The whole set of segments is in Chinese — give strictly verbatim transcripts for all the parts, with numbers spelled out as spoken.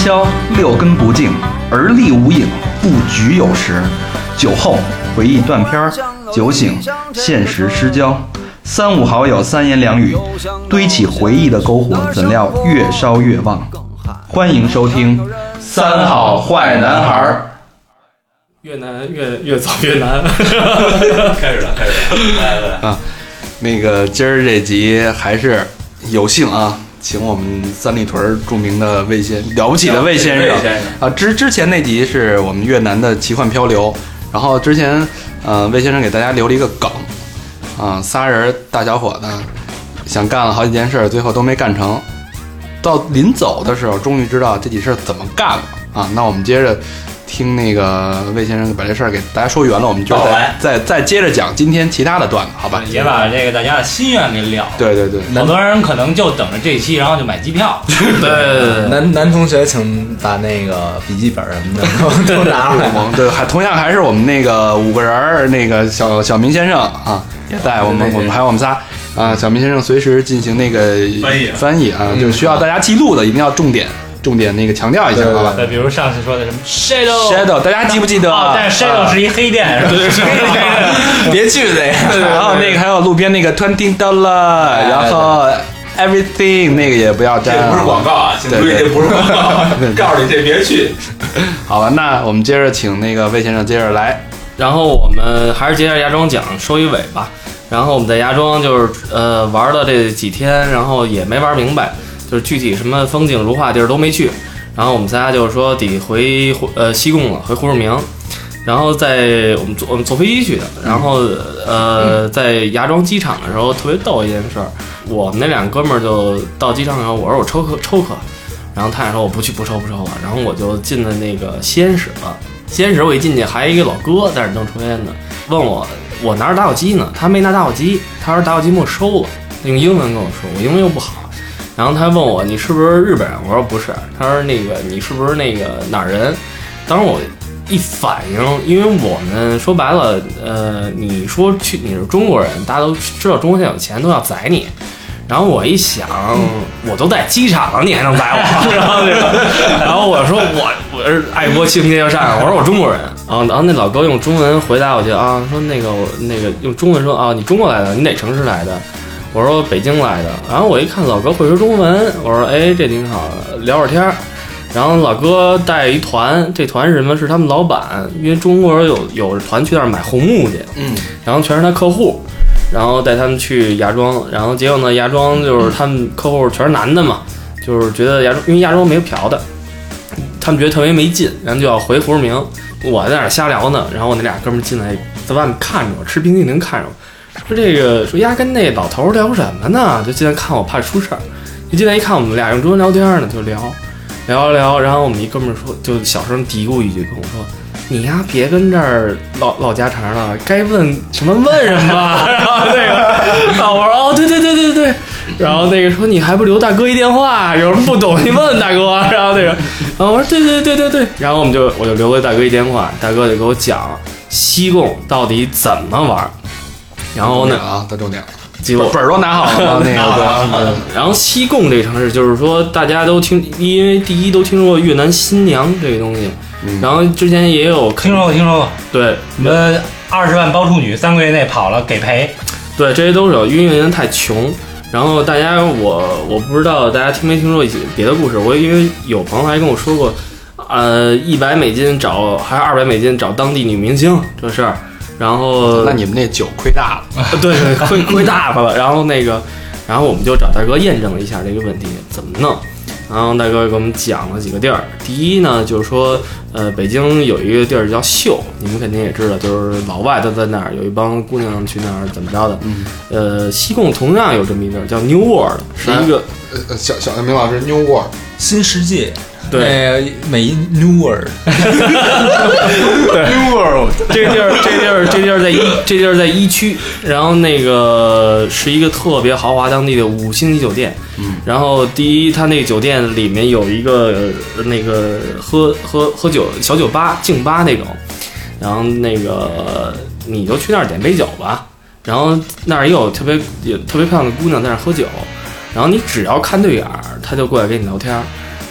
宵，六根不净，而立无影，不局有时。酒后回忆断片，酒醒现实失焦。三五好友三言两语，堆起回忆的篝火，怎料越烧越旺。欢迎收听《三好坏男孩》。 越难越越早越难。 开始了，开始了，来来来啊！那个今儿这集还是有幸啊，请我们三里屯著名的魏先了不起的魏先生啊。之之前那集是我们越南的奇幻漂流，然后之前呃魏先生给大家留了一个梗啊，仨人大小伙子想干了好几件事，最后都没干成，到临走的时候终于知道这几事怎么干了啊。那我们接着听那个魏先生把这事儿给大家说圆了，我们就再再再接着讲今天其他的段子，好吧？ 也把这个大家的心愿给了。 对对对， 很多人可能就等着这期，然后就买机票。 对对对， 男男同学请把那个笔记本什么的都拿出来。 对，还同样还是我们那个五个人，那个小小明先生啊也在，我们我们还有我们仨啊，小明先生随时进行那个翻译翻译啊，就需要大家记录的，一定要重点。重点那个强调一下，好吧？ 对，比如上次说的什么 shadow shadow， 大家记不记得？ 哦，但是 shadow 是一黑店，是吧？ 对，是黑店， 别去这个。 然后那个还有路边那个 twenty dollar， 然后 everything 那个也不要沾。 这不是广告啊，请注意，这不是广告，告诉你这别去。 好吧，那我们接着请那个魏先生接着来。 然后我们还是接着芽庄讲收一尾吧。然后我们在芽庄就是呃玩了这几天，然后也没玩明白。就是具体什么风景如画地儿都没去，然后我们仨就是说得回呃西贡了，回胡志明，然后在我们坐我们坐飞机去的，然后呃在芽庄机场的时候特别逗一件事儿，我们那两个哥们儿就到机场的时候，我说我抽课抽课，然后他也说我不去不抽不抽了，然后我就进了那个吸烟室了，吸烟室我一进去还有一个老哥在那正抽烟呢，问我我拿着打火机呢，他没拿打火机，他说打火机没收了，他用英文跟我说，我英文又不好。然后他问我你是不是日本人？我说不是。他说那个你是不是那个哪儿人？当时我一反应，因为我们说白了，呃，你说去你是中国人，大家都知道中国现在有钱都要宰你。然后我一想，我都在机场了，你还能宰我？然后那个，然后我说我我是爱国气节要善，我说我中国人。然后然后那老哥用中文回答我去啊，说那个我那个用中文说啊，你中国来的，你哪城市来的？我说北京来的，然后我一看老哥会说中文，我说哎这挺好，聊会儿天儿。然后老哥带一团，这团是什么？是他们老板，因为中国人有有团去那儿买红木去，嗯，然后全是他客户，然后带他们去芽庄，然后结果呢芽庄就是他们客户全是男的嘛，就是觉得芽庄因为芽庄没有嫖的，他们觉得特别没劲，然后就要回胡志明。我在那儿瞎聊呢，然后我那俩哥们进来在外面看着我，吃冰激凌看着我。说这个说丫跟那老头聊什么呢？就进来看我，怕出事儿。一进来一看，我们俩用中文聊天呢，就聊聊聊。然后我们一哥们儿说，就小声嘀咕一句跟我说：“你呀，别跟这儿唠唠家常了，该问什么问什么。”然后那个，啊，我说哦，对对对对对。然后那个说你还不留大哥一电话，有什么不懂你问大哥。然后那个，然后我说对对对对对。然后我们就我就留了大哥一电话，大哥就给我讲西贡到底怎么玩。然后呢？ 啊，他重点了， 记录本儿都拿好了吗？那个， 然后西贡这个城市，就是说大家都听，因为第一都听说过越南新娘这个东西，嗯、然后之前也有听说过，听说过， 对， 什么二十万包处女，三个月内跑了给赔， 对，这些都是有，因为越南太穷。然后大家我我不知道大家听没听说一些别的故事，我因为有朋友还跟我说过，呃，一百美金找还是二百美金找当地女明星这事儿。然后， 那你们那酒亏大了， 对对，亏亏大发了。然后那个，然后我们就找大哥验证了一下这个问题怎么弄。然后大哥给我们讲了几个地儿。第一呢，就是说，呃，北京有一个地儿叫秀，你们肯定也知道，就是老外都在那儿，有一帮姑娘去那儿怎么着的。嗯。呃，西贡同样有这么一地儿叫 New World， 是一个呃小小明老师 New World 新世界。 对， 美 New World， 对 New World， 这地儿，这地儿，这地儿在一，这地儿在一区，然后那个是一个特别豪华当地的五星级酒店，嗯，然后第一，它那个酒店里面有一个那个喝喝喝酒小酒吧、静吧那种，然后那个你就去那儿点杯酒吧，然后那儿也有特别也特别漂亮的姑娘在那儿喝酒，然后你只要看对眼儿，他就过来跟你聊天。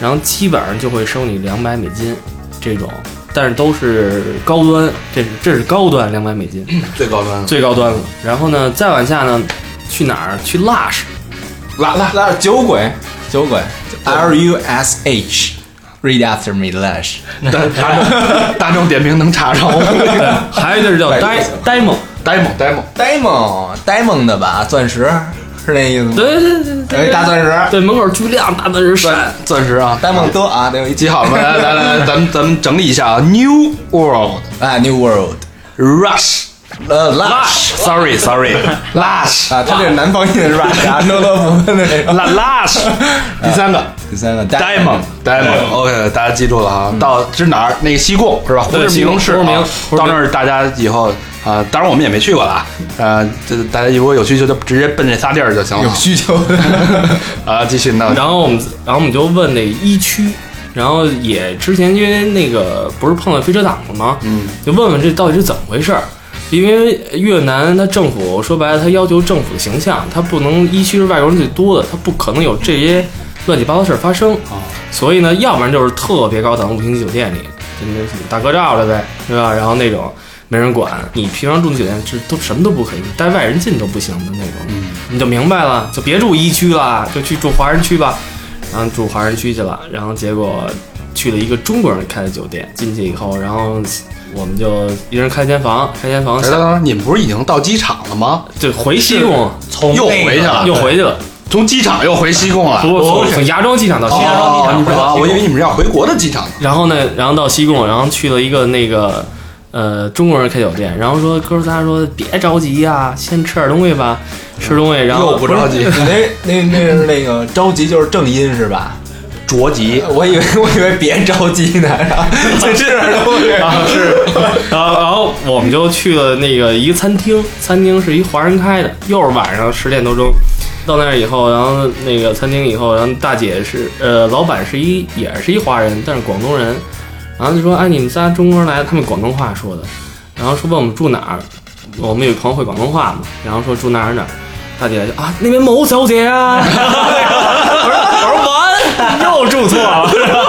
然后基本上就会收你两百美金这种，但是都是高端，这是这是高端两百美金， 最高端最高端了。然后呢，再往下呢，去哪儿？去 Lush， 拉拉拉酒鬼，酒鬼 ，L U S H。Read after me, Lush。 大大众点评能查着。 还有一个是叫 Diamond Diamond Diamond Diamond Diamond 的吧，钻石是那意思吗？ 对对对对， 大钻石， 对，门口巨亮大钻石闪， 钻石啊 ，Diamond 多啊，得有一记好了吗？来来来，咱们咱们整理一下啊 ，New World 啊 ，New World， Rush。 呃 ，Lush，Sorry Sorry，Lush 啊，他这南方音是 Rush 啊，诺乐福的那个 Lush， 第三个第三个 Diamond Diamond，OK， 大家记住了啊，到是哪儿？那个西贡是吧？胡志明市，到那儿大家以后啊，当然我们也没去过了啊，呃，这大家如果有需求就直接奔这仨地儿就行了。 有需求啊，继续呢。 然后我们，然后我们就问那一区。然后也之前因为那个不是碰到飞车党了吗？嗯，就问问这到底是怎么回事儿。因为越南它政府说白了，它要求政府的形象，它不能一区是外国人最多的，它不可能有这些乱七八糟事儿发生。哦，所以呢，要不然就是特别高档五星级酒店里，就那大合照了呗，对吧？然后那种没人管，你平常住的酒店是都什么都不可以，带外人进都不行的那种。嗯，你就明白了，就别住一区了，就去住华人区吧。然后住华人区去了，然后结果去了一个中国人开的酒店，进去以后，然后我们就一人开间房，开间房。 等等，你们不是已经到机场了吗？ 对，回西贡， 从又回去了， 又回去了， 从机场又回西贡了。 不不，从芽庄机场到西贡。 哦，你说，我以为你们是要回国的机场。 然后呢，然后到西贡，然后去了一个那个呃中国人开酒店，然后说哥仨说别着急呀、啊，先吃点东西吧。吃东西，然后又不着急。 那那那是那个着急就是正音是吧？ 着急， 我以为我以为别着急呢，然后再吃点东西。 然后是，然后然后我们就去了那个一个餐厅，餐厅是一华人开的，又是晚上十点多钟。到那儿以后，然后那个餐厅以后，然后大姐是呃老板是一也是一华人，但是广东人。然后就说哎你们仨中国人来，他们广东话说的。然后说问我们住哪儿，我们有朋友会广东话嘛，然后说住哪儿哪儿。大姐就啊，那边某小姐啊，我说我说完又住错了，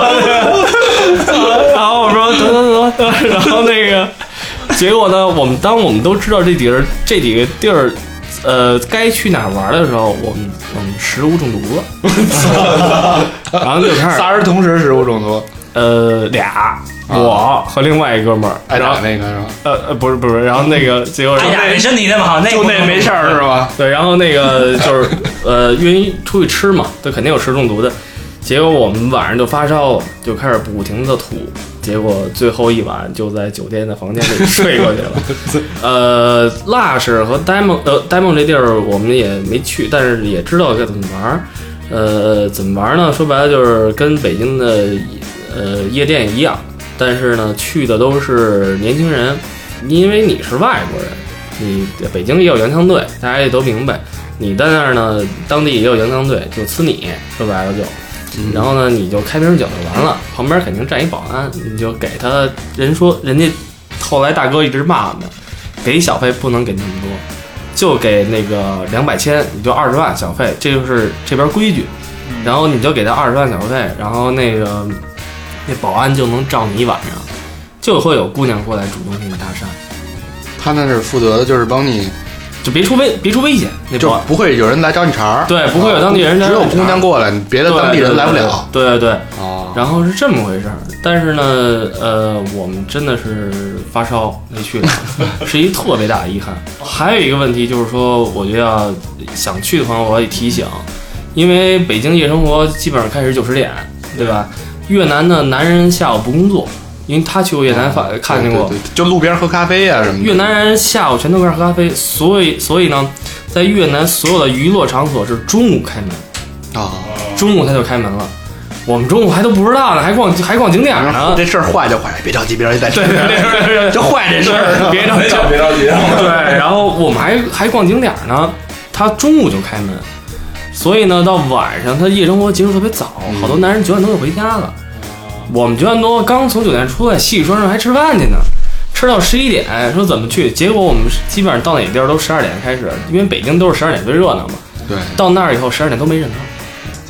然后我说得得得，然后那个结果呢，我们当我们都知道这几个这几个地儿，呃，该去哪儿玩的时候，我们我们食物中毒了，然后就开始仨人同时食物中毒， 呃，俩。我和另外一哥们儿， 挨打那个是吧？ 呃呃，不是不是，然后那个结果哎呀，你身体那么好，那就那没事儿是吧？ 对，然后那个就是呃，愿意出去吃嘛，对，肯定有食中毒的。结果我们晚上就发烧了，就开始不停的吐，结果最后一晚就在酒店的房间里睡过去了。呃，Lush 和 Diamond 呃 Diamond 这地儿我们也没去，但是也知道该怎么玩。呃，怎么玩呢？说白了就是跟北京的呃夜店一样。但是呢，去的都是年轻人，因为你是外国人，你北京也有洋枪队，大家也都明白。你在那儿呢，当地也有洋枪队，就呲你，说白了就，嗯、然后呢，你就开瓶酒就完了，旁边肯定站一保安，你就给他人说，人家后来大哥一直骂我们，给小费不能给那么多，就给那个两百千，你就二十万小费，这就是这边规矩。然后你就给他二十万小费，然后那个。那保安就能罩你一晚上，就会有姑娘过来主动给你搭讪。 他那是负责的就是帮你， 就别出危别出危险，那就不会有人来找你茬儿。 对，不会有当地人来、 啊，只有姑娘过来，别的当地人来不了。 对对对， 哦， 然后是这么回事儿。但是呢，呃，我们真的是发烧没去了，是一特别大的遗憾。还有一个问题就是说，我觉得要想去的朋友，我也提醒，因为北京夜生活基本上开始九十点，对吧？越南的男人下午不工作，因为他去过越南发、哦、看见过， 对对对，就路边喝咖啡啊什么的。 越南人下午全都开始喝咖啡，所以所以呢，在越南所有的娱乐场所是中午开门啊、哦， 中午他就开门了。我们中午还都不知道呢，还逛还逛景点呢。 这事儿坏就坏，别着急，别着急，再对对对对， 就坏这事儿， 别着急， 别着急。 对，然后我们还还逛景点呢，他中午就开门。所以呢，到晚上他夜生活结束特别早，嗯、好多男人九点多就回家了。我们九点多刚从酒店出来，洗洗涮涮还吃饭去呢，吃到十一点，说怎么去？结果我们基本上到哪地儿都十二点开始，因为北京都是十二点最热闹嘛。 对， 到那儿以后十二点都没人了，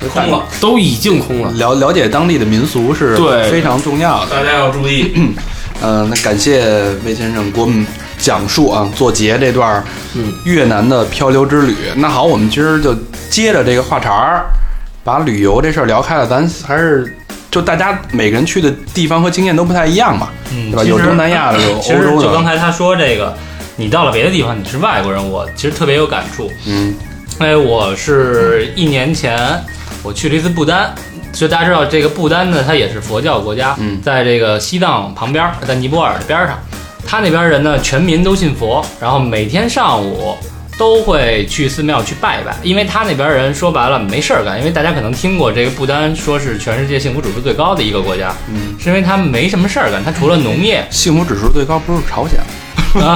空了， 都已经空了。 了了解当地的民俗是对非常重要的， 大家要注意。 呃，那感谢魏先生给我们讲述啊，做节这段越南的漂流之旅。那好，我们今儿就接着这个话茬儿，把旅游这事儿聊开了，咱还是就大家每个人去的地方和经验都不太一样嘛， 嗯， 对吧？有东南亚的，有欧其实洲的。 就刚才他说这个，你到了别的地方，你是外国人，我其实特别有感触。 嗯， 因为我是一年前我去了一次不丹。就大家知道，这个不丹呢，它也是佛教国家， 嗯， 在这个西藏旁边，在尼泊尔的边上，他那边人呢，全民都信佛，然后每天上午都会去寺庙去拜一拜，因为他那边人说白了没事儿干，因为大家可能听过这个不丹说是全世界幸福指数最高的一个国家， 嗯， 是因为他们没什么事儿干，他除了农业， 幸福指数最高不是朝鲜啊，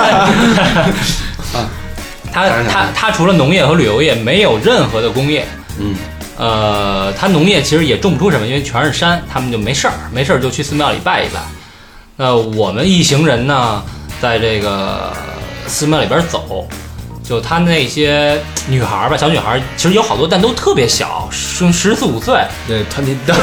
他他他除了农业和旅游业，没有任何的工业， 嗯。 呃，他农业其实也种不出什么，因为全是山，他们就没事儿，没事儿就去寺庙里拜一拜。那我们一行人呢，在这个寺庙里边走，就他那些女孩吧，小女孩，其实有好多，但都特别小，十十四五岁。 对，团体的，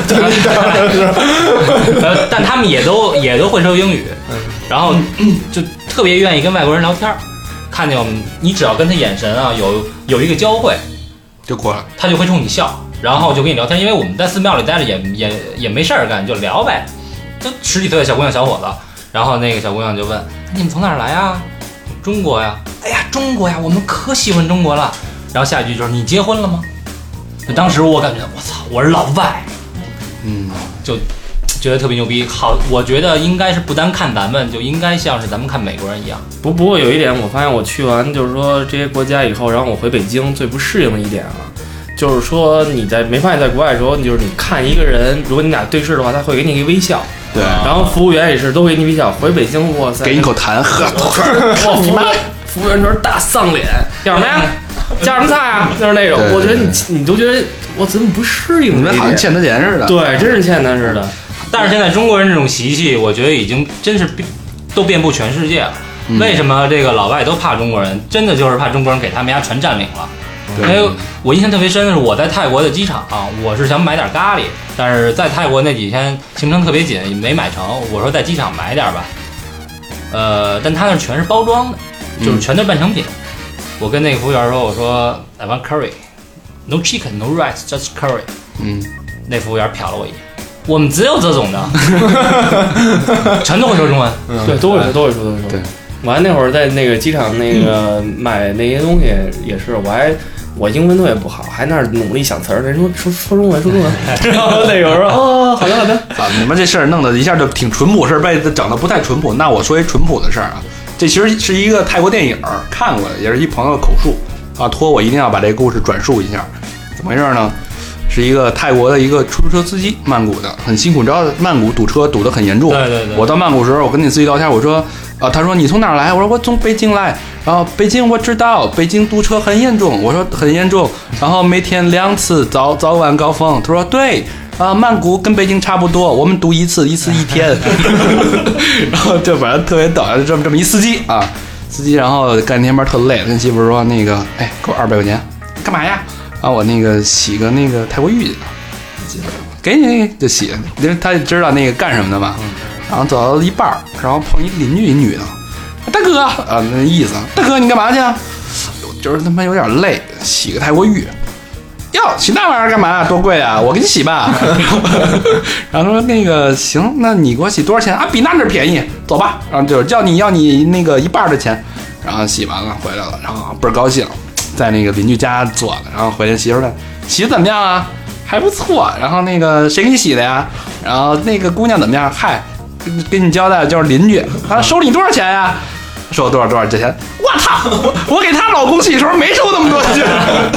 呃，但他们也都也都会说英语，然后就特别愿意跟外国人聊天。看见我们，你只要跟他眼神啊有有一个交汇， 就过来， 他就会冲你笑。然后就跟你聊天，因为我们在寺庙里待着也也也没事儿干，就聊呗。就十几岁的小姑娘小伙子，然后那个小姑娘就问：“你们从哪儿来啊？”“中国呀。”“哎呀，中国呀，我们可喜欢中国了。”然后下一句就是：“你结婚了吗？”当时我感觉我操，我是老外， 嗯， 就觉得特别牛逼。好，我觉得应该是不单看咱们，就应该像是咱们看美国人一样。 不不过有一点，我发现我去完就是说这些国家以后，然后我回北京最不适应的一点啊。就是说你在没发现在国外的时候，就是你看一个人，如果你俩对视的话，他会给你一个微笑， 对， 然后服务员也是都给你微笑。回北京，哇塞， 给你口痰，喝， 靠你妈！服务员就是大丧脸，要什么呀？加什么菜啊？就是那种，我觉得你你都觉得我怎么不适应？ 你们好像欠他钱似的。 对，真是欠他似的。 但是现在中国人这种习气，我觉得已经真是都遍布全世界了。 嗯、 为什么这个老外都怕中国人？真的就是怕中国人给他们家全占领了。因为我印象特别深的是，我在泰国的机场、啊，我是想买点咖喱，但是在泰国那几天行程特别紧，没买成。我说在机场买点吧，呃，但他那全是包装的，就是全都是半成品。嗯、我跟那个服务员说，我说 I want curry, no chicken, no rice, just curry。 嗯， 那服务员瞟了我一眼，我们只有这种的，全都会说中文， 嗯、对，都会说，都会说，都会说。对，我还那会儿在那个机场那个买那些东西也是，我还。我英文特别不好，还那儿努力想词儿。人说说说中文，说中文。然后那个说哦，好的好的。 啊，你们这事儿弄得一下就挺淳朴，事儿被整的不太淳朴。那我说一淳朴的事儿啊，这其实是一个泰国电影，看过的，也是一朋友的口述啊，托我一定要把这个故事转述一下。怎么回事呢？是一个泰国的一个出租车司机，曼谷的，很辛苦。你知道曼谷堵车堵得很严重。 对对对。 我到曼谷的时候，我跟那司机聊天，我说啊，他说你从哪儿来？我说我从北京来。然后北京我知道，北京堵车很严重。我说很严重。然后每天两次早早晚高峰。他说对啊，曼谷跟北京差不多，我们堵一次一次一天。然后就反正特别逗，这么这么一司机啊，司机然后干天班特累，跟媳妇说那个，哎，给我二百块钱，干嘛呀？啊，我那个洗个那个泰国浴去。给你就洗，因为他知道那个干什么的嘛。然后走到一半，然后碰一邻居一女的。大哥啊，那意思，大哥你干嘛去啊？就是他妈有点累，洗个泰国浴。哟，洗那玩意儿干嘛？多贵啊！我给你洗吧。然后说那个行，那你给我洗多少钱啊？比那儿便宜，走吧。然后就是叫你要你那个一半的钱。然后洗完了回来了，然后倍儿高兴，在那个邻居家坐的。然后回来媳妇问洗的怎么样啊？还不错。然后那个谁给你洗的呀？然后那个姑娘怎么样？嗨，给你交代就是邻居啊，收你多少钱呀？收多少多少钱？我操！我我给她老公洗的时候没收那么多钱。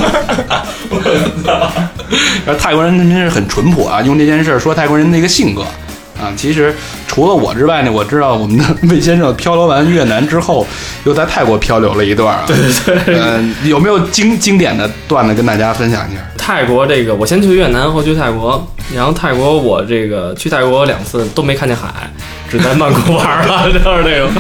然后泰国人真是很淳朴啊，用这件事说泰国人那个性格啊。其实除了我之外呢，我知道我们的魏先生漂流完越南之后，又在泰国漂流了一段啊。 对对对。 嗯、呃，有没有经经典的段子跟大家分享一下？ 泰国这个，我先去越南，后去泰国。然后泰国我这个去泰国两次都没看见海，只在曼谷玩了，就是那种。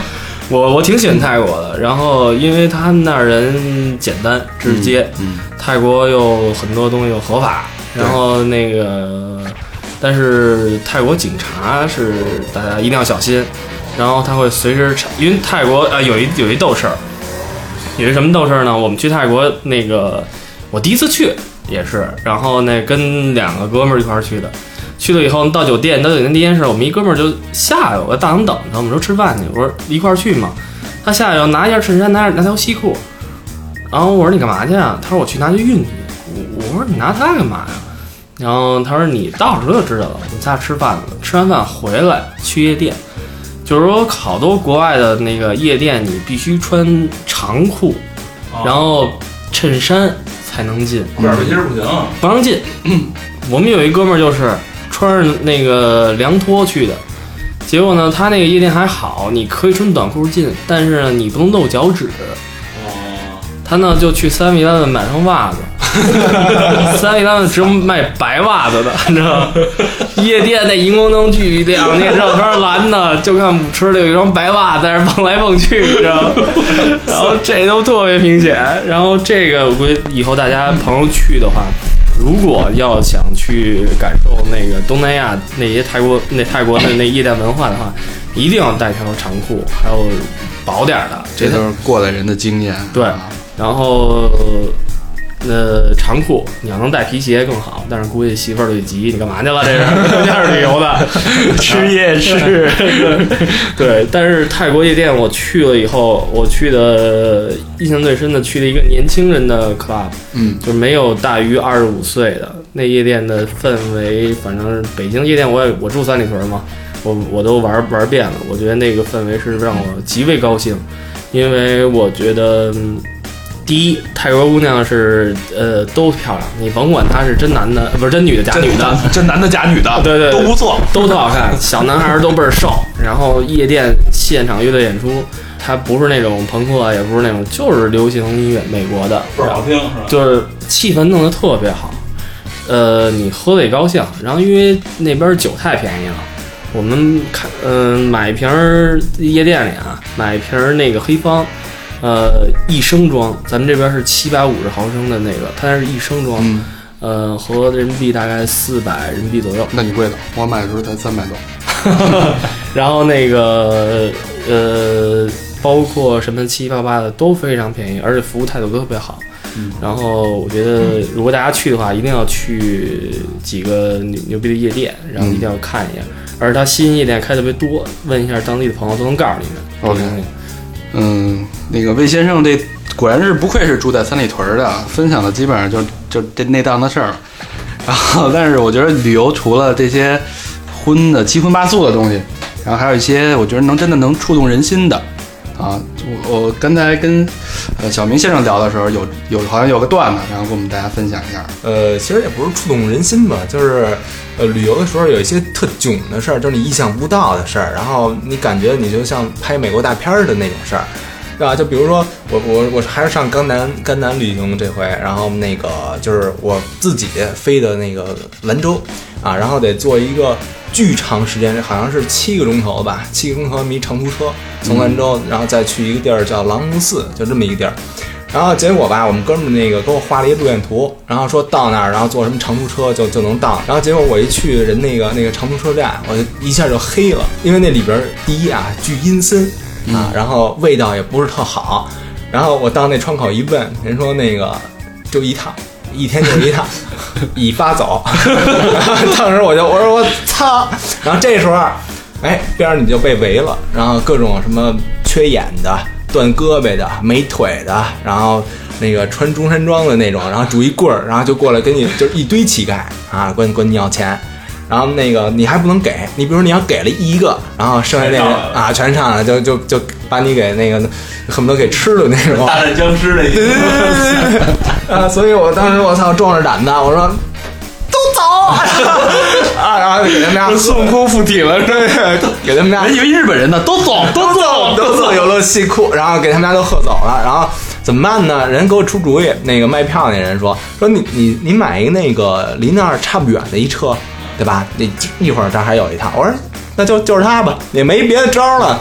我我挺喜欢泰国的，然后因为他们那儿人简单直接， 嗯嗯、 泰国又很多东西又合法，然后那个，但是泰国警察是大家一定要小心，然后他会随时，因为泰国啊、呃、有一有一逗事儿，有一什么逗事儿呢？我们去泰国那个，我第一次去也是，然后那跟两个哥们儿一块儿去的。去了以后到酒店，到酒店第一件事，我们一哥们儿就下来，我在大堂等他，我们说吃饭去，我说一块儿去嘛。他下来以后拿一件衬衫，拿拿条西裤，然后我说你干嘛去啊？他说我去拿去熨去。我我说你拿它干嘛呀？然后他说你到时候就知道了。我们仨吃饭了，吃完饭回来去夜店，就是说好多国外的那个夜店，你必须穿长裤，然后衬衫才能进， 外边其实不行， 不让进。我们有一哥们儿就是穿着那个凉拖去的，结果呢，他那个夜店还好，你可以穿短裤进，但是呢，你不能露脚趾。 哦， 他呢就去三米单买双袜子，三米单只有卖白袜子的，你知道吗？夜店那荧光灯巨亮，那照片蓝的，就看舞池里有一双白袜在那蹦来蹦去，你知道吗？然后这都特别明显。然后这个我估计以后大家朋友去的话，如果要想去感受那个东南亚那些泰国那泰国的那夜店文化的话，一定要带条长裤，还有薄点的， 这都是过来人的经验。 对，然后呃长裤你要能带皮鞋更好，但是估计媳妇儿得急，你干嘛去了？这是人家是旅游的， 吃夜市。 对，但是泰国夜店我去了以后，我去的印象最深的，去了一个年轻人的 club， 嗯， 就没有大于二十五岁的。那夜店的氛围，反正北京夜店我也我住三里屯嘛，我我都玩玩遍了。我觉得那个氛围是让我极为高兴，因为我觉得。嗯第一，泰国姑娘是呃都漂亮，你甭管她是真男的，不是真女的假女的， 真男的假女的， 对对， 都不错， 都特好看。小男孩都倍儿瘦，然后夜店现场乐队演出，它不是那种朋克，也不是那种，就是流行音乐，美国的， 倍儿好听是吧？ 就是气氛弄得特别好，呃，你喝的也高兴。然后因为那边酒太便宜了，我们看，嗯、呃，买一瓶夜店里啊，买一瓶那个黑方。呃，一升装，咱们这边是七百五十毫升的那个，它那是一升装， 嗯、 呃，合人民币大概四百人民币左右。 那你贵了，我买的时候才三百多。 然后那个呃，包括什么七七八八的都非常便宜，而且服务态度都特别好。 嗯、 然后我觉得，如果大家去的话，一定要去几个牛牛逼的夜店，然后一定要看一眼。嗯、而且它新夜店开特别多，问一下当地的朋友都能告诉你们。 OK。嗯，那个魏先生这果然是不愧是住在三里屯的，分享的基本上就就这那档子事儿。然后，但是我觉得旅游除了这些荤的七荤八素的东西，然后还有一些我觉得能真的能触动人心的啊。我我刚才跟呃小明先生聊的时候，有有好像有个段子，然后跟我们大家分享一下。 呃，其实也不是触动人心吧，就是呃旅游的时候有一些特囧的事儿，就是你意想不到的事儿，然后你感觉你就像拍美国大片的那种事儿，对吧？就比如说我我我还是上江南江南旅行这回，然后那个就是我自己飞的那个兰州啊，然后得坐一个巨长时间，好像是七个钟头吧，七个钟头一长途车从兰州，然后再去一个地儿叫朗姆寺，就这么一个地儿。然后结果吧，我们哥们儿那个给我画了一路线图，然后说到那儿，然后坐什么长途车就就能到。然后结果我一去人那个那个长途车站，我就一下就黑了，因为那里边第一啊巨阴森啊，然后味道也不是特好。然后我到那窗口一问，人说那个就一趟，一天就一趟，已发走。然后当时我就我说我操！然后这时候，哎，边上你就被围了，然后各种什么缺眼的。断胳膊的、没腿的，然后那个穿中山装的那种，然后拄一棍儿，然后就过来跟你就是一堆乞丐啊，管管你要钱，然后那个你还不能给，你比如你要给了一个，然后剩下那个啊全上来就就就把你给那个恨不得给吃了那种大战僵尸那一种啊，所以我当时我操壮着胆子，我说都走啊，然后给他们家孙悟空附体了， 对，给他们家人以为日本人呢，都走都走都走有了戏裤，然后给他们家都喝走了，然后怎么办呢？人给我出主意，那个卖票那人说说你你你买一个那个离那儿差不远的一车，对吧？你一会儿这还有一趟，我说那就就是他吧，也没别的招了。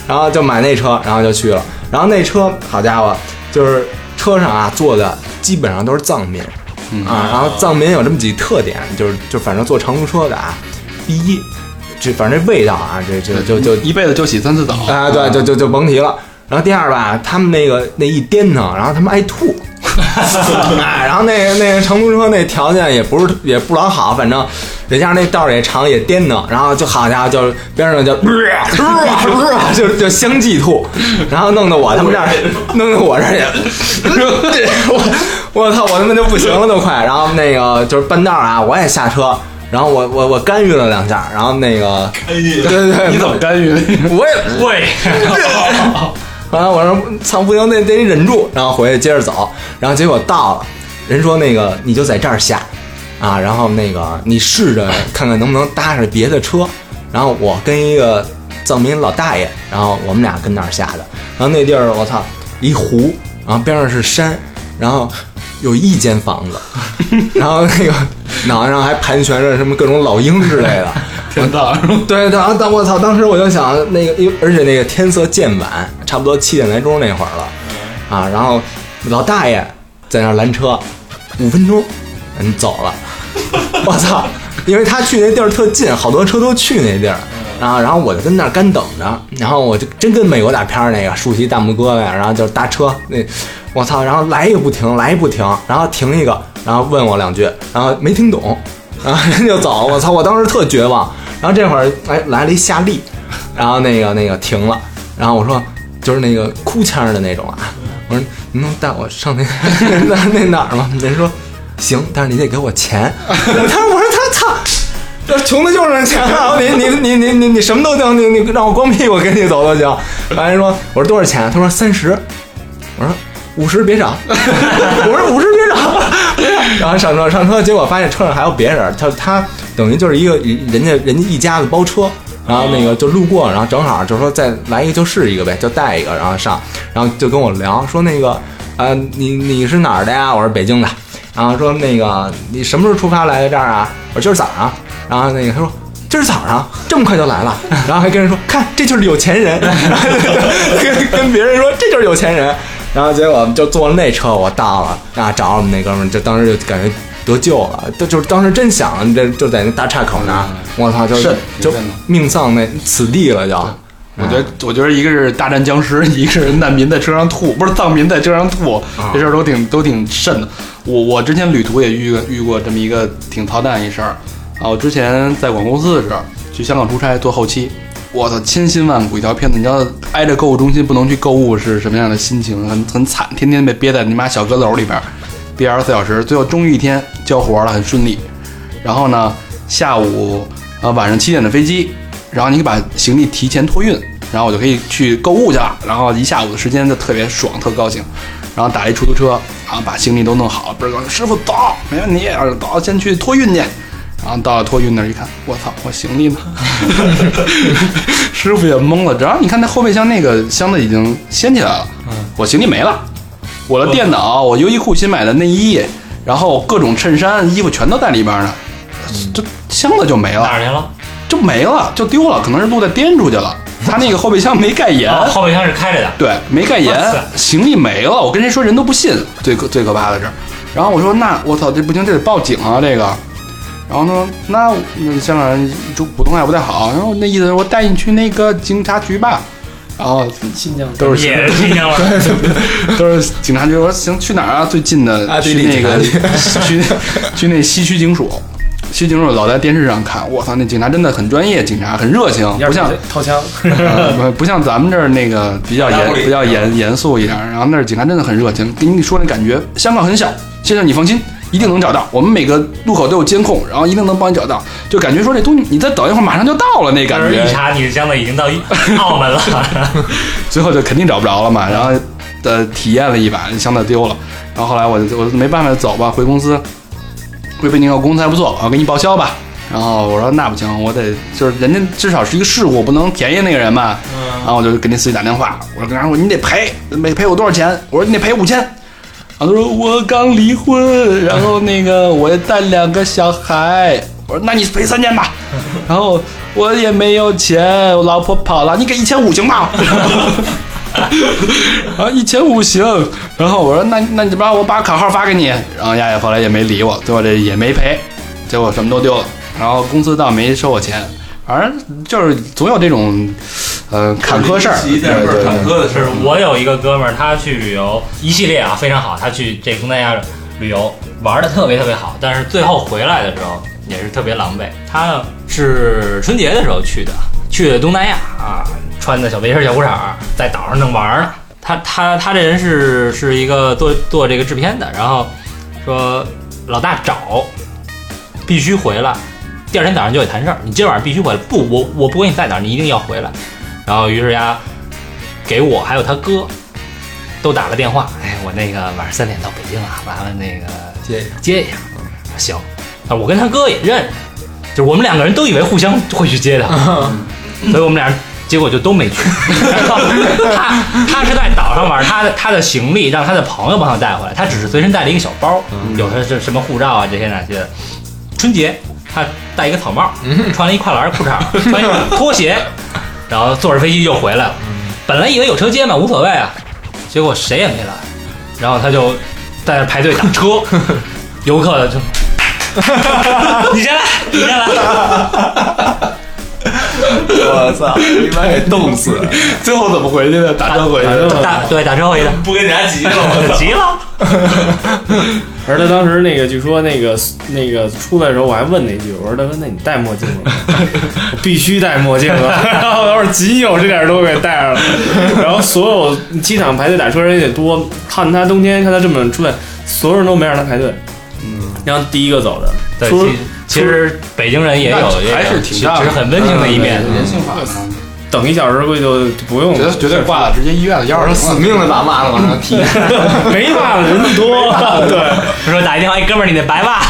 然后就买那车，然后就去了。然后那车好家伙，就是车上啊坐的基本上都是藏民、嗯、啊。然后藏民有这么几特点，就是就反正坐长途车的啊，第一，这反正这味道啊，这这就就一辈子就洗三次澡啊，对，就就就甭提了。然后第二吧，他们那个那一颠腾，然后他们爱吐。哎，然后那个那个长途车那条件也不是也不老好，反正人家那道也长也颠腾，然后就好家伙就边上就就就相继吐，然后弄得我他们这儿弄得我这儿也我我操我他妈就不行了都快，然后那个就是半道啊我也下车，然后我我我干预了两下，然后那个对对对， 你怎么干预的？ 我也喂。 完了，我说操不行，得得忍住，然后回去接着走。然后结果到了，人说那个你就在这儿下，啊，然后那个你试着看看能不能搭上别的车。然后我跟一个藏民老大爷，然后我们俩跟那儿下的。然后那地儿我操一湖，然后边上是山，然后有一间房子，然后那个脑袋上还盘旋着什么各种老鹰之类的。 天大对，当当我操，当时我就想那个，因为而且那个天色渐晚，差不多七点来钟那会儿了，啊，然后老大爷在那拦车，五分钟，人走了，我操，因为他去那地儿特近，好多车都去那地儿，然后然后我就跟那儿干等着，然后我就真跟美国大片那个竖起大拇哥呀，然后就是搭车那，我操，然后来一个不停，来一不停，然后停一个，然后问我两句，然后没听懂。然后人就走，我操！我当时特绝望。然后这会儿哎来了一夏利，然后那个那个停了，然后我说就是那个哭腔的那种啊，我说你能带我上那那那哪儿吗？人说行，但是你得给我钱。他说我说他操，这穷的就是钱啊！你你你你你你什么都行，你你让我光屁股跟你走都行。完了人说我说多少钱？他说三十。我说。五十别涨，我说五十别涨，然后上车上车，结果发现车上还有别人，他他等于就是一个人家人家一家子包车，然后那个就路过，然后正好就说再来一个就是一个呗，就带一个，然后上，然后就跟我聊说那个呃你你是哪儿的呀？我说北京的，然后说那个你什么时候出发来的这儿啊？我说今儿早上，然后那个他说。今儿早上这么快就来了，然后还跟人说看这就是有钱人，跟跟别人说这就是有钱人，然后结果就坐了那车，我到了啊，找我们那哥们儿，就当时就感觉得救了，就就是当时真想这就在那大岔口那儿，我操，就就命丧那此地了就。 我觉得，我觉得一个是大战僵尸，一个是难民在车上吐，不是藏民在车上吐，啊、这事儿都挺都挺瘆的。我我之前旅途也遇过遇过这么一个挺操蛋一事儿。啊，我之前在广告公司的时候，去香港出差做后期，我操，千辛万苦一条片子，你知道挨着购物中心不能去购物是什么样的心情？很很惨，天天被憋在你妈小阁楼里边，憋二十四小时，最后终于一天交活了，很顺利。然后呢，下午呃晚上七点的飞机，然后你把行李提前托运，然后我就可以去购物去了，然后一下午的时间就特别爽，特高兴。然后打一出租车，然后把行李都弄好了，不是师傅走，没问题，走，先去托运去。然后到了托运那儿一看，我操，我行李呢？师傅也懵了。然后你看那后备箱那个箱子已经掀起来了，我行李没了，我的电脑、我优衣库新买的内衣，然后各种衬衫、衣服全都在里边呢，这箱子就没了。 哪儿去了？ 就没了，就丢了，可能是路在颠出去了。他那个后备箱没盖严、 哦，后备箱是开着的， 对，没盖严，行李没了。我跟谁说人都不信，最可最可怕的是。然后我说那我操，这不行，这得报警啊，这个。然后呢，那那香港人就普通话不太好，然后那意思是我带你去那个警察局吧。然后新疆都是也是新疆对对，都是警察局。我说行，去哪儿啊？最近的去那个去去那西区警署。西区警署老在电视上看，我操，那警察真的很专业，警察很热情，不像掏枪， 呃，不像咱们这儿那个比较严比较严严肃一点。然后那儿警察真的很热情，跟你说那感觉，香港很小，先生你放心。一定能找到，我们每个路口都有监控，然后一定能帮你找到。就感觉说这东西，你再等一会儿，马上就到了那感觉。 一查你的箱子已经到澳门了， 最后就肯定找不着了嘛。然后呃体验了一把，箱子丢了。然后后来我我没办法走吧，回公司，回北京，我公司还不错，我给你报销吧。然后我说那不行，我得就是人家至少是一个事故，我不能便宜那个人嘛。然后我就给那司机打电话，我说跟他说你得赔，没赔我多少钱？我说你得赔五千。他说我刚离婚，然后那个我带两个小孩， 我说那你赔三千吧，然后我也没有钱，我老婆跑了，你给一千五行吗？啊，一千五行。然后我说那那你把我把卡号发给你，然后丫丫后来也没理我，最后这也没赔，结果什么都丢了，然后公司倒没收我钱。反正就是总有这种，呃，坎坷事儿， 一件事坎坷的事儿。 我有一个哥们儿，他去旅游一系列啊非常好，他去这个东南亚旅游玩的特别特别好，但是最后回来的时候也是特别狼狈。他呢是春节的时候去的，去的东南亚啊，穿的小背心小裤衩，在岛上正玩呢。他他他这人是是一个做做这个制片的，然后说老大找，必须回来。第二天早上就得谈事儿，你今晚上必须回来。不，我我不管你在哪儿，你一定要回来。然后于是呀，给我还有他哥都打了电话。哎，我那个晚上三点到北京啊，完了那个接接一下。行，啊，我跟他哥也认识，就是我们两个人都以为互相会去接他，所以我们俩结果就都没去。然后他他是在岛上玩，他的他的行李让他的朋友帮他带回来，他只是随身带了一个小包，有的是什么护照啊这些那些的。春节。他戴一个草帽，穿了一跨栏裤衩，穿一个拖鞋，然后坐着飞机就回来了。本来以为有车接嘛，无所谓啊，结果谁也没来，然后他就在那排队打车，游客就，你先来，你先来。 我操！你妈给冻死了！ 最后怎么回去的？打车回去的？ 打对打车回去的， 不跟人家急了， 急了。 而他当时那个，据说那个那个出来的时候，我还问那句，我说大哥，那你戴墨镜了吗？我必须戴墨镜了。然后当时仅有这点都给戴上了。然后所有机场排队打车人也多，看他冬天看他这么出来，所有人都没让他排队。嗯，然后第一个走的。 对，其实北京人也有， 还是挺大的， 只是很温情的一面。 人性化。 等一小时估计就不用， 绝对绝对挂了，直接医院的幺二零， 死命的把袜子往上提， 没袜子人多，对， 说打一电话，哎，哥们儿，你那白袜。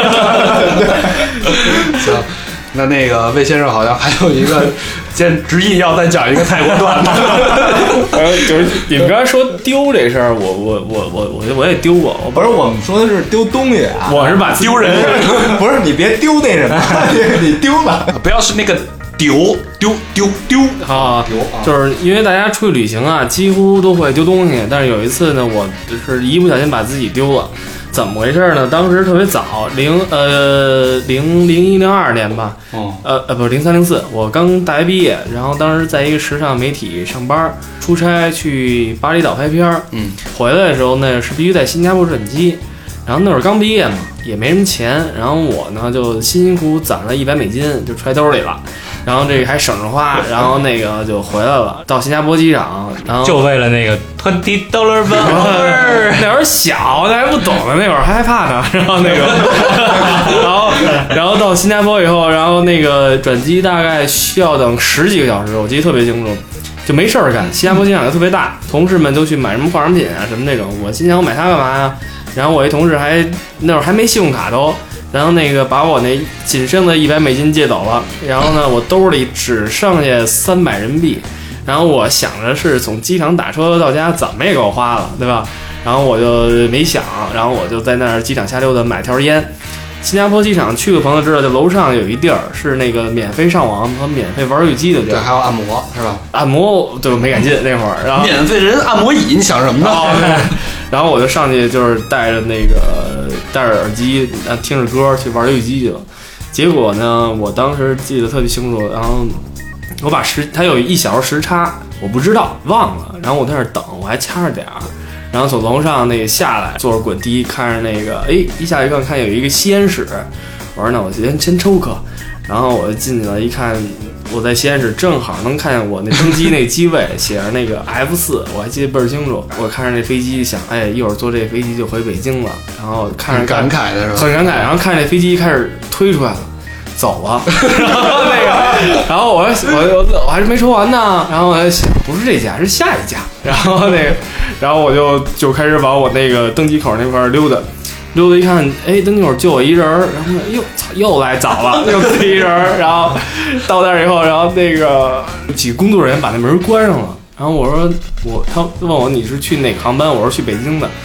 行，那那个魏先生好像还有一个兼执意要再讲一个泰国段子。 呃，就是你们刚才说丢这事儿，我我我我我我也丢过，我不是我们说的是丢东西啊， 我是把丢人， 不是你别丢那什么，你丢了， 不要是那个。丢丢丢丢啊！就是因为大家出去旅行啊，几乎都会丢东西。但是有一次呢，我是一不小心把自己丢了。怎么回事呢？当时特别早，零呃零零一零二年吧， 哦， 呃呃不是零三零四，我刚大学毕业，然后当时在一个时尚媒体上班，出差去巴厘岛拍片儿， 嗯， 回来的时候呢是必须在新加坡转机。然后那会儿刚毕业嘛，也没什么钱，然后我呢就辛辛苦苦攒了一百美金，就揣兜里了，然后这个还省着花，然后那个就回来了，到新加坡机场，然后就为了那个 twenty dollar bill， 那会儿小，那还不懂呢，那会儿还害怕呢，然后那个，然后然后到新加坡以后，然后那个转机大概需要等十几个小时，我记得特别清楚。就没事儿干，新加坡机场又特别大，同事们都去买什么化妆品啊什么那种，我心想我买它干嘛呀？然后我一同事还那会儿还没信用卡都，然后那个把我那仅剩的一百美金借走了，然后呢我兜里只剩下三百人民币，然后我想着是从机场打车到家怎么也给我花了，对吧？然后我就没想，然后我就在那儿机场瞎溜达买条烟。新加坡机场去过朋友知道，就楼上有一地儿是那个免费上网和免费玩游戏机的地儿， 对，还有按摩是吧？ 按摩就没敢进那会儿，然后免费人按摩椅，你想什么呢？ 哦、然后我就上去就是带着那个戴着耳机，听着歌去玩游戏机去了。结果呢，我当时记得特别清楚，然后我把时它有一小时时差，我不知道忘了，然后我在那儿等，我还掐着点儿。然后从楼上那个下来，坐着滚梯，看着那个，哎，一下一看看有一个吸烟室，我说那我先先抽颗，然后我就进去了，一看我在吸烟室，正好能看见我那登机那机位写着那个 F 四，我还记得倍儿清楚。我看着那飞机，想，哎，一会儿坐这飞机就回北京了，然后看着感慨的是吧？ 很感慨，然后看着那飞机开始推出来了。走了，然后那个，然后我我我还是没抽完呢，然后我在想，不是这家，是下一家，然后那个，然后我就就开始往我那个登机口那块溜达，溜达一看，哎，登机口就我一人，然后又操，又来早了，又自己一人，然后到那儿以后，然后那个几个工作人员把那门关上了，然后我说我他问我你是去哪个航班，我说去北京的。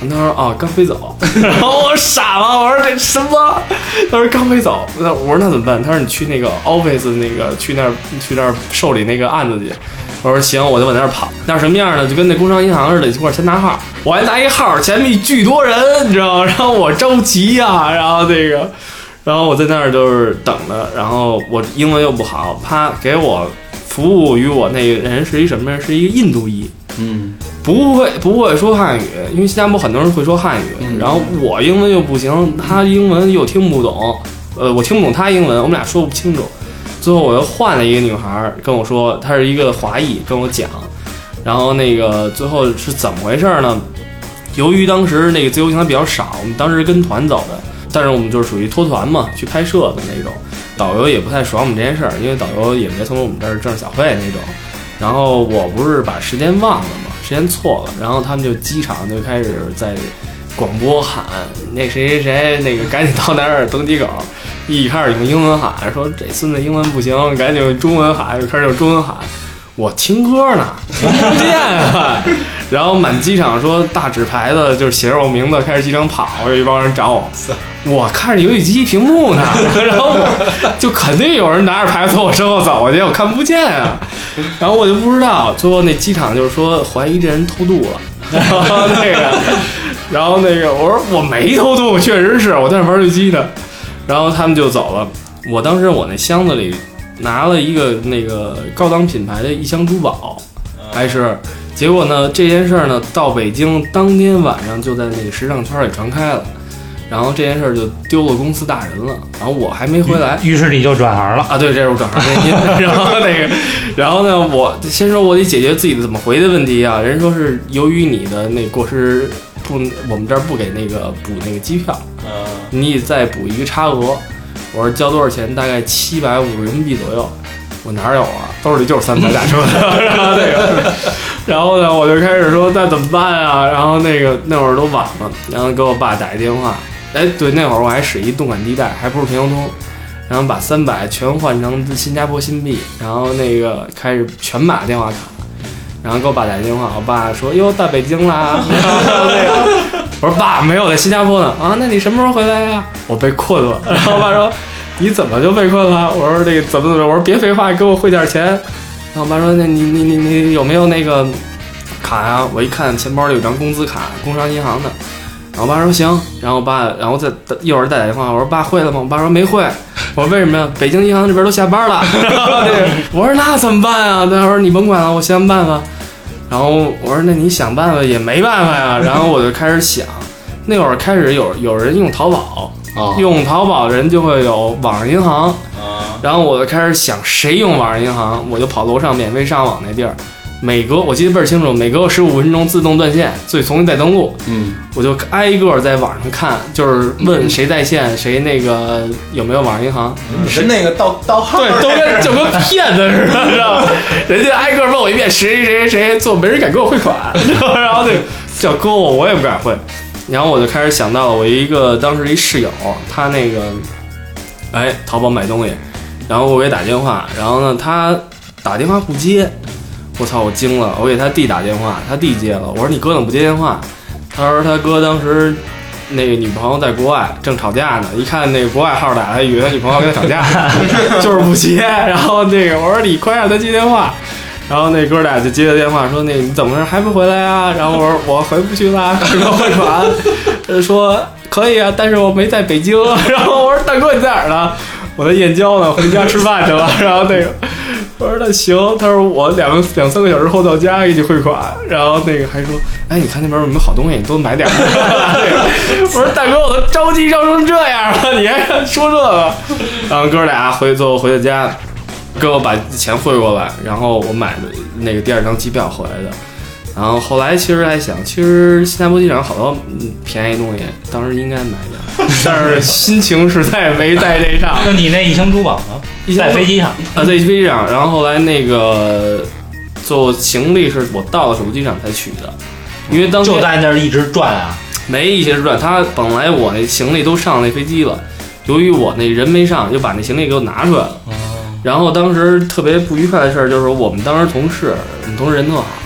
他说啊刚飞走，然后我傻了，我说这什么？他说刚飞走，那我说那怎么办？他说你去那个 office 那个去那儿去那儿受理那个案子去。我说行，我就往那儿跑。那什么样呢？就跟那工商银行似的，一块儿先拿号。我还拿一号，前面巨多人，你知道吗？然后我着急呀、啊，然后那个，然后我在那儿就是等着。然后我英文又不好，啪，给我服务于我那个人是一什么人？是一个印度裔， 嗯， 不会不会说汉语，因为新加坡很多人会说汉语， 嗯、 然后我英文又不行，他英文又听不懂，呃，我听不懂他英文，我们俩说不清楚。最后我又换了一个女孩跟我说，她是一个华裔，跟我讲，然后那个最后是怎么回事呢？由于当时那个自由行比较少，我们当时跟团走的，但是我们就是属于脱团嘛，去拍摄的那种，导游也不太爽我们这件事儿，因为导游也没从我们这儿挣小费那种。然后我不是把时间忘了嘛，时间错了，然后他们就机场就开始在广播喊那谁谁谁那个赶紧到那儿登机口。一开始用英文喊，说这孙子英文不行，赶紧用中文喊，就开始用中文喊。我听歌呢，听不见啊。然后满机场说大纸牌子就是写着我名字，开始机场跑，有一帮人找我。我看着游戏机屏幕呢，然后就肯定有人拿着牌子从我身后走过去，我看不见啊。然后我就不知道，最后那机场就是说怀疑这人偷渡了，然后那个，然后那个我说我没偷渡，确实是我在那玩游戏机呢。然后他们就走了。我当时我那箱子里拿了一个那个高档品牌的一箱珠宝，还是结果呢这件事呢到北京当天晚上就在那个时尚圈里传开了，然后这件事就丢了公司大人了。然后我还没回来， 于是你就转行了啊？对，这是我转行原因。然后那个，然后呢，我先说我得解决自己的怎么回的问题啊。人说是由于你的那过失不，我们这儿不给那个补那个机票。你再补一个差额，我说交多少钱？大概七百五十人民币左右。我哪有啊？兜里就是三百打车的。然后那个，然后呢，我就开始说那怎么办啊？然后那个那会儿都晚了，然后给我爸打一电话。哎，对，那会儿我还使一动感地带，还不是平行通，然后把三百全换成新加坡新币，然后那个开始全码电话卡。然后给我爸打电话，我爸说哟到北京啦。我说爸没有在新加坡呢啊，那你什么时候回来呀？我被困了。然后我爸说你怎么就被困了？我说这个怎么怎么？我说别废话，给我汇点钱。然后我爸说那你你你你有没有那个卡呀？我一看钱包里有张工资卡，工商银行的。然后我爸说行，然后我爸然后再一会儿再打电话，我说爸会了吗？我爸说没会。我说为什么呀？北京银行这边都下班了。我说那怎么办啊？他说你甭管了，我想办法。然后我说那你想办法也没办法呀。然后我就开始想，那会儿开始有有人用淘宝，哦、用淘宝的人就会有网上银行，哦、然后我就开始想谁用网上银行，我就跑楼上免费上网那地儿。每隔我记得倍儿清楚，每隔十五分钟自动断线，所以重新再登录。嗯，我就挨个在网上看，就是问谁在线，谁那个有没有网上银行。 你是那个盗盗号， 对，都跟就跟骗子似的，知道吗？人家挨个问我一遍，谁谁谁谁做，没人敢给我汇款，然后那个叫勾我，我也不敢汇。然后我就开始想到了我一个当时一室友，他那个哎淘宝买东西，然后我给打电话，然后呢他打电话不接。我操！我惊了，我给他弟打电话，他弟接了。我说你哥怎么不接电话？他说他哥当时那个女朋友在国外正吵架呢，一看那个国外号打，他以为他女朋友跟他吵架，就是不接。然后那个我说你快让他接电话。然后那哥俩就接了电话，说那你怎么着还不回来啊？然后我说我回不去了，什么汇款？说可以啊，但是我没在北京。然后我说大哥你在哪儿呢？我在燕郊呢，回家吃饭去了。然后那个。我说那行，他说我两个两三个小时后到家给你汇款，然后那个还说，哎，你看那边有没有好东西，你多买点。我说大哥，我都着急着成这样了，你还说这个？然后哥俩回最后回到家，给我把钱汇过来，然后我买的那个第二张机票回来的。然后后来其实还想，其实新加坡机场好多便宜东西，当时应该买点，但是心情实在没在这上。 那你那一箱珠宝呢？在飞机上啊，在飞机上。然后后来那个做行李是我到了首都机场才取的，因为当就在那儿一直转啊， 没一直转。他本来我那行李都上那飞机了，由于我那人没上，就把那行李给我拿出来了。然后当时特别不愉快的事儿就是我们当时同事，我们同事人特好。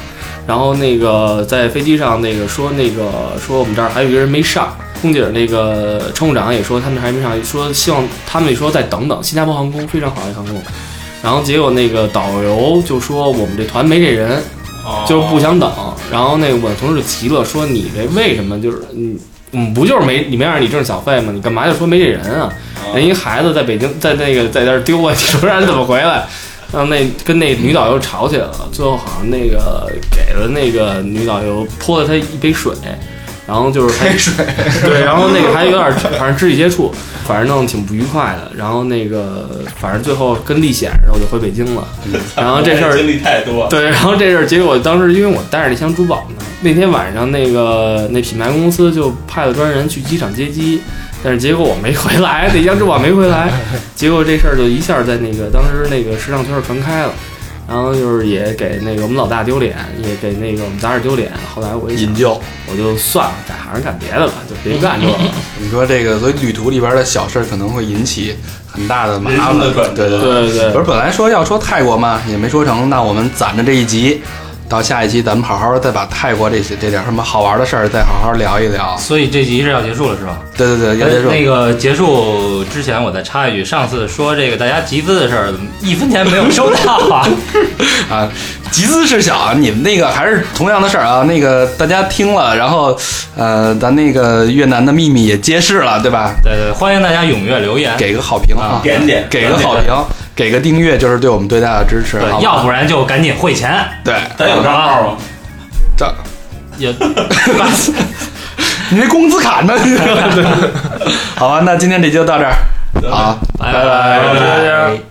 然后那个在飞机上那个说那个说我们这儿还有一个人没上，空姐那个乘务长也说他们还没上，说希望他们说再等等，新加坡航空非常好的航空。然后结果那个导游就说我们这团没这人，就是不想等。然后那个我同事就急了，说你这为什么就是你嗯不就是没你没让你挣小费吗？你干嘛就说没这人啊？人一孩子在北京在那个在那儿丢了，你说让人怎么回来？然后那跟那女导游吵起来了，最后好像那个给了那个女导游泼了她一杯水。然后就是开水， 对，然后那个还有点反正肢体接触，反正弄挺不愉快的。然后那个反正最后跟历险似的，我就回北京了。然后这事儿经历太多， 对，然后这事儿结果当时因为我带着那箱珠宝呢，那天晚上那个那品牌公司就派了专人去机场接机，但是结果我没回来，那箱珠宝没回来，结果这事儿就一下在那个当时那个时尚圈传开了。然后就是也给那个我们老大丢脸，也给那个我们杂志丢脸。后来我一引咎， 我就算了，改行干别的了，就别干这个了。 你说这个，所以旅途里边的小事可能会引起很大的麻烦。对对对对对。 不是本来说要说泰国嘛，也没说成，那我们攒着这一集，到下一期咱们好好再把泰国这些这点什么好玩的事儿再好好聊一聊。 所以这集是要结束了是吧？ 对对对，要结束。 那个结束之前，我再插一句，上次说这个大家集资的事儿，一分钱没有收到啊。 啊，集资是小啊，你们那个还是同样的事儿啊。那个大家听了，然后呃，咱那个越南的秘密也揭示了，对吧？ 对对，欢迎大家踊跃留言， 给个好评啊， 点点， 给个好评，给个订阅，就是对我们最大的支持。 对，要不然就赶紧汇钱。 对， 咱有账号吗？ 账也。 你那工资卡呢？好吧，那今天这就到这儿，好， 拜拜拜。 拜拜。